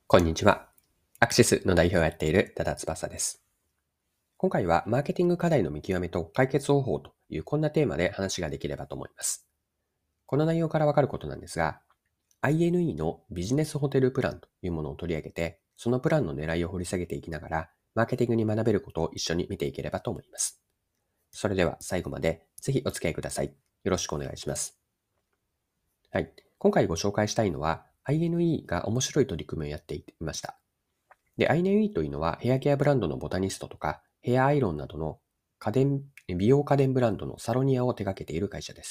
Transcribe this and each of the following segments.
こんにちは。アクシスの代表をやっている多田翼です。今回はマーケティング課題の見極めと解決方法というこんなテーマで話ができればと思います。この内容からわかることなんですが、INE のビジネスホテルプランというものを取り上げて、そのプランの狙いを掘り下げていきながら、マーケティングに学べることを一緒に見ていければと思います。それでは最後までぜひお付き合いください。よろしくお願いします。はい。今回ご紹介したいのは、INE が面白い取り組みをやっていました。で、INE というのはヘアケアブランドのボタニストとか、ヘアアイロンなどの美容家電ブランドのサロニアを手掛けている会社です。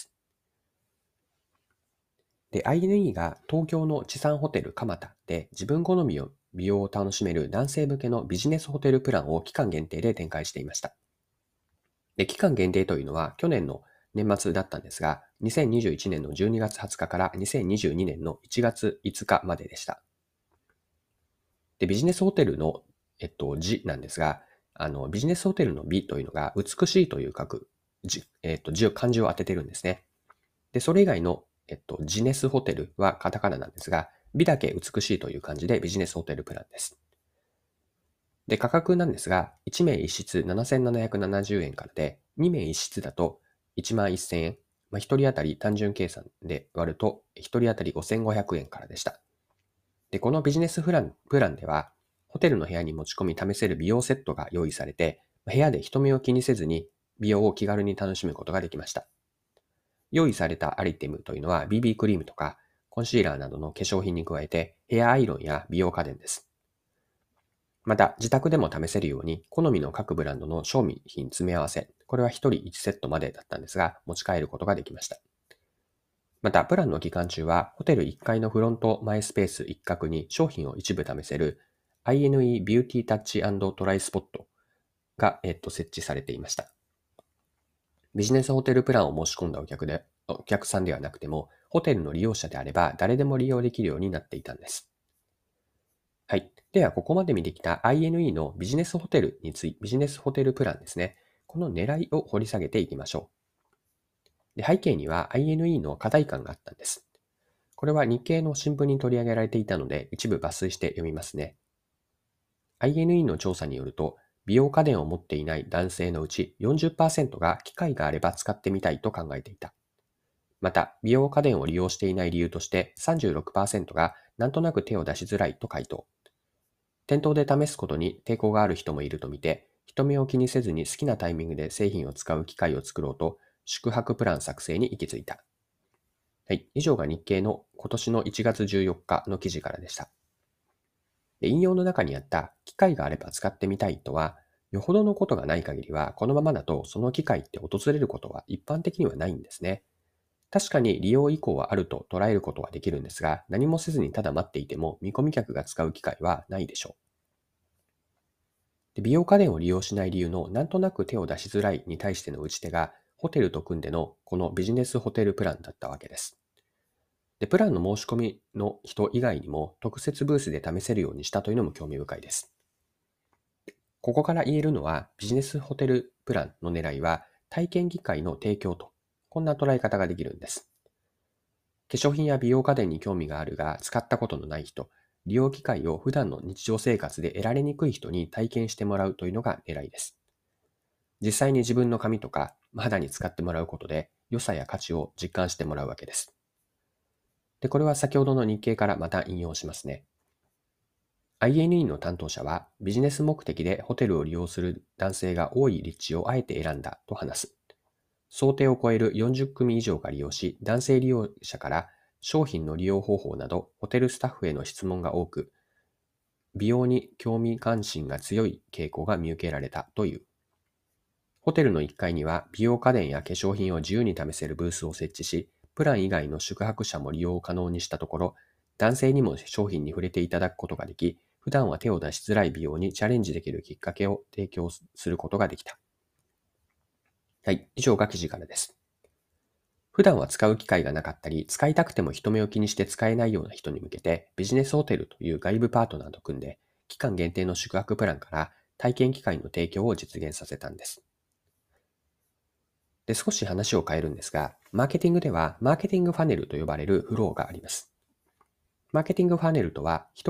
で、INE が東京の地産ホテル蒲田で自分好みの美容を楽しめる男性向けのビジネスホテルプランを期間限定で展開していました。で、期間限定というのは去年の年末だったんですが、2021年の12月20日から2022年の1月5日まででした。で、ビジネスホテルの、字なんですが、ビジネスホテルの美というのが美しいという書く漢字を当ててるんですね。で、それ以外の、ジネスホテルはカタカナなんですが、美だけ美しいという感じでビジネスホテルプランです。で、価格なんですが、1名1室7770円からで、2名1室だと1万1000円。1人当たり単純計算で割ると、1人当たり5500円からでした。で、このビジネスプランでは、ホテルの部屋に持ち込み試せる美容セットが用意されて、部屋で人目を気にせずに美容を気軽に楽しむことができました。用意されたアイテムというのは BB クリームとかコンシーラーなどの化粧品に加えてヘアアイロンや美容家電です。また、自宅でも試せるように好みの各ブランドの商品詰め合わせ、これは1人1セットまでだったんですが、持ち帰ることができました。また、プランの期間中は、ホテル1階のフロント前スペース一角に商品を一部試せる INE ビューティータッチ&トライスポットが、設置されていました。ビジネスホテルプランを申し込んだお客さんではなくても、ホテルの利用者であれば誰でも利用できるようになっていたんです。はい。では、ここまで見てきた INE のビジネスホテルビジネスホテルプランですね。この狙いを掘り下げていきましょう。で、背景には INE の課題感があったんです。これは日経の新聞に取り上げられていたので、一部抜粋して読みますね。INE の調査によると、美容家電を持っていない男性のうち40%が機会があれば使ってみたいと考えていた。また、美容家電を利用していない理由として36%がなんとなく手を出しづらいと回答。店頭で試すことに抵抗がある人もいるとみて、人目を気にせずに好きなタイミングで製品を使う機会を作ろうと、宿泊プラン作成に行き着いた。はい。以上が日経の今年の1月14日の記事からでした。で、引用の中にあった機会があれば使ってみたいとは、よほどのことがない限りは、このままだとその機会って訪れることは一般的にはないんですね。確かに利用以降はあると捉えることはできるんですが、何もせずにただ待っていても見込み客が使う機会はないでしょう。で、美容家電を利用しない理由のなんとなく手を出しづらいに対しての打ち手が、ホテルと組んでのこのビジネスホテルプランだったわけです。で、プランの申し込みの人以外にも特設ブースで試せるようにしたというのも興味深いです。ここから言えるのは、ビジネスホテルプランの狙いは体験機会の提供と、こんな捉え方ができるんです。化粧品や美容家電に興味があるが使ったことのない人、利用機会を普段の日常生活で得られにくい人に体験してもらうというのが狙いです。実際に自分の髪とか肌に使ってもらうことで良さや価値を実感してもらうわけです。で、これは先ほどの日経からまた引用しますね。INE の担当者はビジネス目的でホテルを利用する男性が多い立地をあえて選んだと話す。想定を超える40組以上が利用し、男性利用者から商品の利用方法などホテルスタッフへの質問が多く、美容に興味関心が強い傾向が見受けられたという。ホテルの1階には美容家電や化粧品を自由に試せるブースを設置し、プラン以外の宿泊者も利用を可能にしたところ、男性にも商品に触れていただくことができ、普段は手を出しづらい美容にチャレンジできるきっかけを提供することができた。はい、以上が記事からです。普段は使う機会がなかったり、使いたくても人目を気にして使えないような人に向けて、ビジネスホテルという外部パートナーと組んで、期間限定の宿泊プランから体験機会の提供を実現させたんです。で、少し話を変えるんですが、マーケティングでは、マーケティングファネルと呼ばれるフローがあります。マーケティングファネルとは、一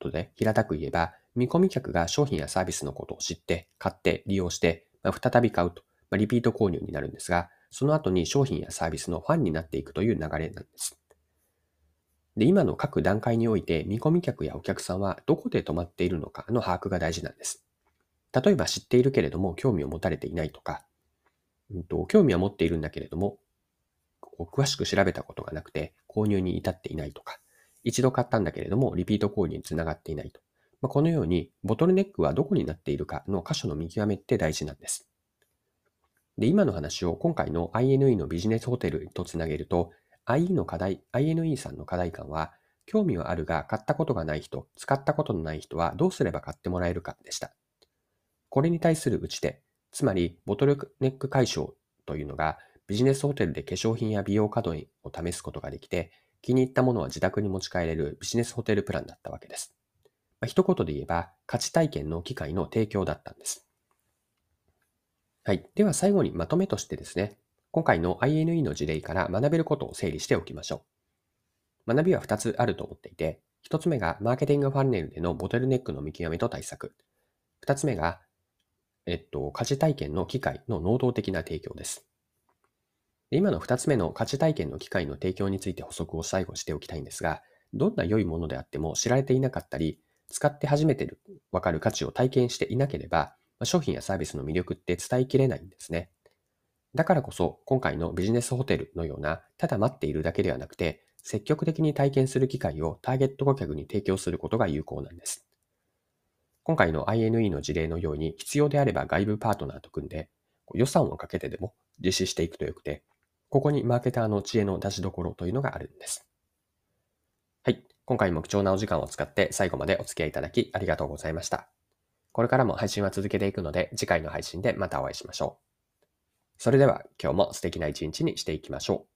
ことで平たく言えば、見込み客が商品やサービスのことを知って、買って、利用して、再び買うと、リピート購入になるんですが、その後に商品やサービスのファンになっていくという流れなんです。で、今の各段階において見込み客やお客さんはどこで止まっているのかの把握が大事なんです。例えば知っているけれども興味を持たれていないとか、興味は持っているんだけれども、詳しく調べたことがなくて購入に至っていないとか、一度買ったんだけれどもリピート購入につながっていないと。このようにボトルネックはどこになっているかの箇所の見極めって大事なんです。で、今の話を今回の INE のビジネスホテルとつなげると、INE さんの課題感は、興味はあるが買ったことがない人、使ったことのない人はどうすれば買ってもらえるかでした。これに対する打ち手、つまりボトルネック解消というのが、ビジネスホテルで化粧品や美容家電を試すことができて、気に入ったものは自宅に持ち帰れるビジネスホテルプランだったわけです。一言で言えば、価値体験の機会の提供だったんです。はい。では最後にまとめとしてですね、今回の INE の事例から学べることを整理しておきましょう。学びは2つあると思っていて、1つ目がマーケティングファンネルでのボトルネックの見極めと対策。2つ目が、価値体験の機会の能動的な提供です。今の2つ目の価値体験の機会の提供について補足を最後しておきたいんですが、どんな良いものであっても知られていなかったり、使って初めてわかる価値を体験していなければ、商品やサービスの魅力って伝えきれないんですね。だからこそ、今回のビジネスホテルのような、ただ待っているだけではなくて、積極的に体験する機会をターゲット顧客に提供することが有効なんです。今回の INE の事例のように、必要であれば外部パートナーと組んで、予算をかけてでも実施していくとよくて、ここにマーケターの知恵の出しどころというのがあるんです。はい。今回も貴重なお時間を使って最後までお付き合いいただきありがとうございました。これからも配信は続けていくので、次回の配信でまたお会いしましょう。それでは今日も素敵な一日にしていきましょう。